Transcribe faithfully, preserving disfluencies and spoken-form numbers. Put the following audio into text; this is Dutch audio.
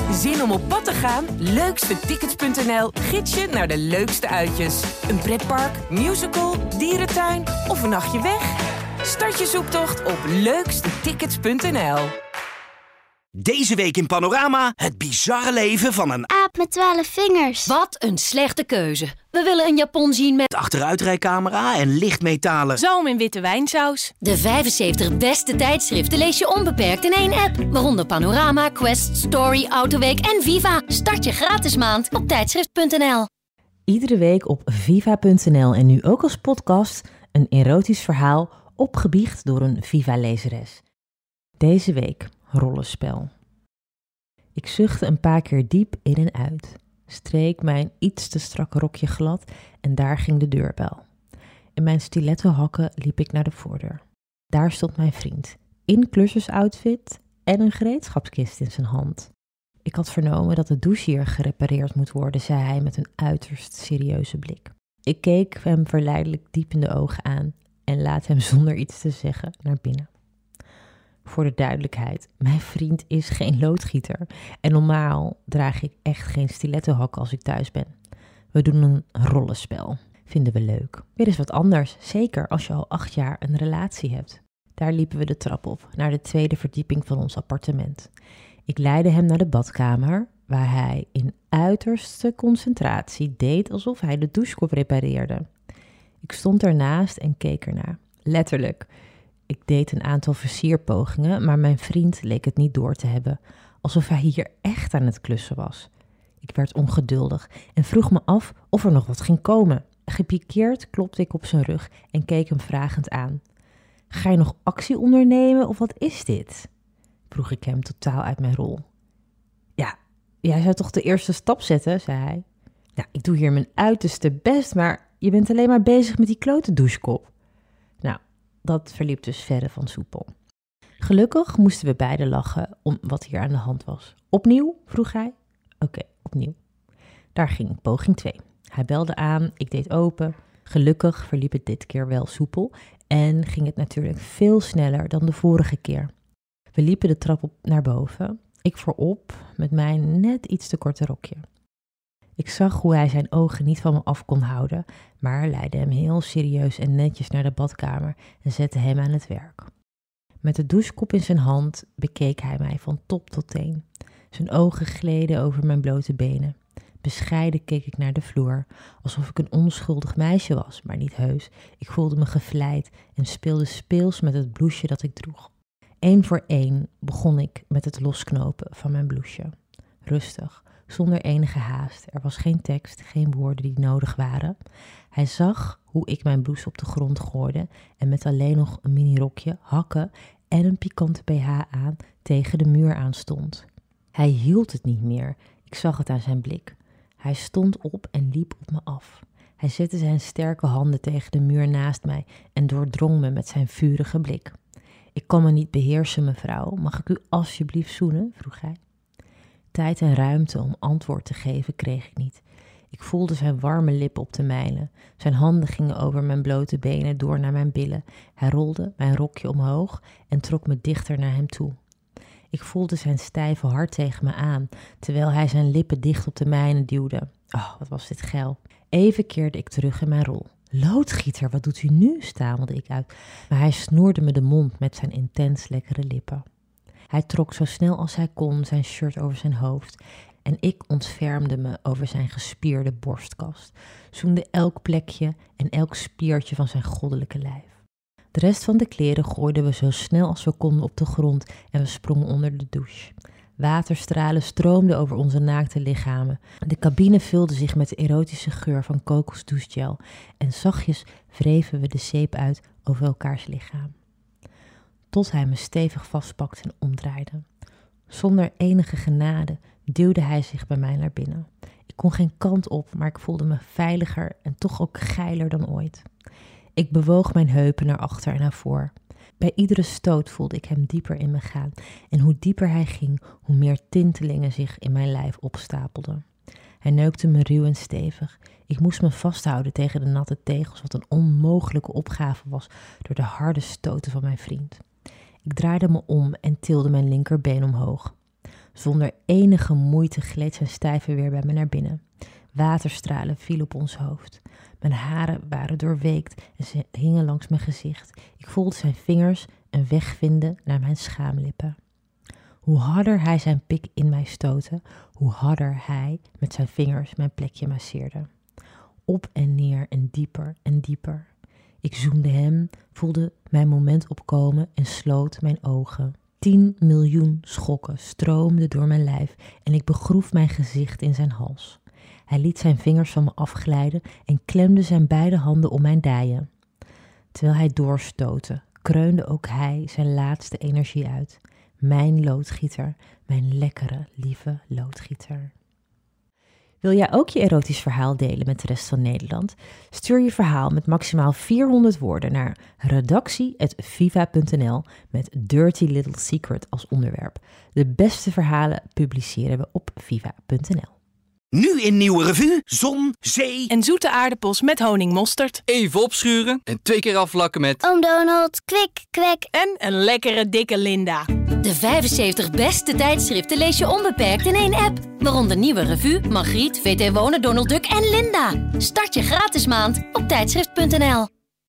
Zin om op pad te gaan? leukste tickets punt n l gids je naar de leukste uitjes. Een pretpark, musical, dierentuin of een nachtje weg? Start je zoektocht op leukste tickets punt n l. Deze week in Panorama het bizarre leven van een aap met twaalf vingers. Wat een slechte keuze. We willen een Japon zien met achteruitrijcamera en lichtmetalen zalm in witte wijnsaus. De vijfenzeventig beste tijdschriften lees je onbeperkt in één app. Waaronder Panorama, Quest, Story, Autoweek en Viva. Start je gratis maand op tijdschrift punt n l. Iedere week op viva punt n l en nu ook als podcast een erotisch verhaal opgebiecht door een Viva-lezeres. Deze week rollenspel. Ik zuchtte een paar keer diep in en uit, streek mijn iets te strakke rokje glad en daar ging de deurbel. In mijn stilettohakken liep ik naar de voordeur. Daar stond mijn vriend, in klusjesoutfit en een gereedschapskist in zijn hand. Ik had vernomen dat de douche hier gerepareerd moet worden, zei hij met een uiterst serieuze blik. Ik keek hem verleidelijk diep in de ogen aan en laat hem zonder iets te zeggen naar binnen. Voor de duidelijkheid, mijn vriend is geen loodgieter en normaal draag ik echt geen stilettohakken als ik thuis ben. We doen een rollenspel. Vinden we leuk. Weer eens wat anders, zeker als je al acht jaar een relatie hebt. Daar liepen we de trap op, naar de tweede verdieping van ons appartement. Ik leidde hem naar de badkamer, waar hij in uiterste concentratie deed alsof hij de douchekop repareerde. Ik stond ernaast en keek ernaar. Letterlijk. Ik deed een aantal versierpogingen, maar mijn vriend leek het niet door te hebben, alsof hij hier echt aan het klussen was. Ik werd ongeduldig en vroeg me af of er nog wat ging komen. Gepikeerd klopte ik op zijn rug en keek hem vragend aan. Ga je nog actie ondernemen of wat is dit? Vroeg ik hem totaal uit mijn rol. Ja, jij zou toch de eerste stap zetten, zei hij. Nou, ik doe hier mijn uiterste best, maar je bent alleen maar bezig met die klote douchekop. Nou, dat verliep dus verre van soepel. Gelukkig moesten we beiden lachen om wat hier aan de hand was. Opnieuw? Vroeg hij. Oké, okay, opnieuw. Daar ging poging twee. Hij belde aan, ik deed open. Gelukkig verliep het dit keer wel soepel en ging het natuurlijk veel sneller dan de vorige keer. We liepen de trap op naar boven. Ik voorop met mijn net iets te korte rokje. Ik zag hoe hij zijn ogen niet van me af kon houden, maar leidde hem heel serieus en netjes naar de badkamer en zette hem aan het werk. Met de douchekop in zijn hand bekeek hij mij van top tot teen. Zijn ogen gleden over mijn blote benen. Bescheiden keek ik naar de vloer, alsof ik een onschuldig meisje was, maar niet heus. Ik voelde me gevleid en speelde speels met het blouseje dat ik droeg. Eén voor één begon ik met het losknopen van mijn blouseje. Rustig, zonder enige haast. Er was geen tekst, geen woorden die nodig waren. Hij zag hoe ik mijn blouse op de grond gooide en met alleen nog een minirokje, hakken en een pikante B H aan tegen de muur aanstond. Hij hield het niet meer. Ik zag het aan zijn blik. Hij stond op en liep op me af. Hij zette zijn sterke handen tegen de muur naast mij en doordrong me met zijn vurige blik. Ik kan me niet beheersen, mevrouw. Mag ik u alsjeblieft zoenen? Vroeg hij. Tijd en ruimte om antwoord te geven kreeg ik niet. Ik voelde zijn warme lippen op de mijne. Zijn handen gingen over mijn blote benen door naar mijn billen. Hij rolde mijn rokje omhoog en trok me dichter naar hem toe. Ik voelde zijn stijve hart tegen me aan, terwijl hij zijn lippen dicht op de mijne duwde. Oh, wat was dit geil. Even keerde ik terug in mijn rol. Loodgieter, wat doet u nu? Stamelde ik uit, maar hij snoerde me de mond met zijn intens lekkere lippen. Hij trok zo snel als hij kon zijn shirt over zijn hoofd en ik ontfermde me over zijn gespierde borstkast, zoende elk plekje en elk spiertje van zijn goddelijke lijf. De rest van de kleren gooiden we zo snel als we konden op de grond en we sprongen onder de douche. Waterstralen stroomden over onze naakte lichamen. De cabine vulde zich met de erotische geur van kokosdouchegel en zachtjes wreven we de zeep uit over elkaars lichaam. Tot hij me stevig vastpakte en omdraaide. Zonder enige genade duwde hij zich bij mij naar binnen. Ik kon geen kant op, maar ik voelde me veiliger en toch ook geiler dan ooit. Ik bewoog mijn heupen naar achter en naar voor. Bij iedere stoot voelde ik hem dieper in me gaan en hoe dieper hij ging, hoe meer tintelingen zich in mijn lijf opstapelden. Hij neukte me ruw en stevig. Ik moest me vasthouden tegen de natte tegels, wat een onmogelijke opgave was door de harde stoten van mijn vriend. Ik draaide me om en tilde mijn linkerbeen omhoog. Zonder enige moeite gleed zijn stijve weer bij me naar binnen. Waterstralen vielen op ons hoofd. Mijn haren waren doorweekt en ze hingen langs mijn gezicht. Ik voelde zijn vingers een weg vinden naar mijn schaamlippen. Hoe harder hij zijn pik in mij stootte, hoe harder hij met zijn vingers mijn plekje masseerde. Op en neer en dieper en dieper. Ik zoende hem, voelde mijn moment opkomen en sloot mijn ogen. Tien miljoen schokken stroomden door mijn lijf en ik begroef mijn gezicht in zijn hals. Hij liet zijn vingers van me afglijden en klemde zijn beide handen om mijn dijen. Terwijl hij doorstootte, kreunde ook hij zijn laatste energie uit. Mijn loodgieter, mijn lekkere, lieve loodgieter. Wil jij ook je erotisch verhaal delen met de rest van Nederland? Stuur je verhaal met maximaal vierhonderd woorden naar redactie apenstaartje viva punt n l met Dirty Little Secret als onderwerp. De beste verhalen publiceren we op viva punt n l. Nu in Nieuwe Revue, zon, zee en zoete aardappels met honingmosterd. Even opschuren en twee keer afvlakken met Oom Donald, kwik, kwek. En een lekkere dikke Linda. De vijfenzeventig beste tijdschriften lees je onbeperkt in één app. Waaronder Nieuwe Revue, Margriet, V T Wonen, Donald Duck en Linda. Start je gratis maand op tijdschrift punt n l.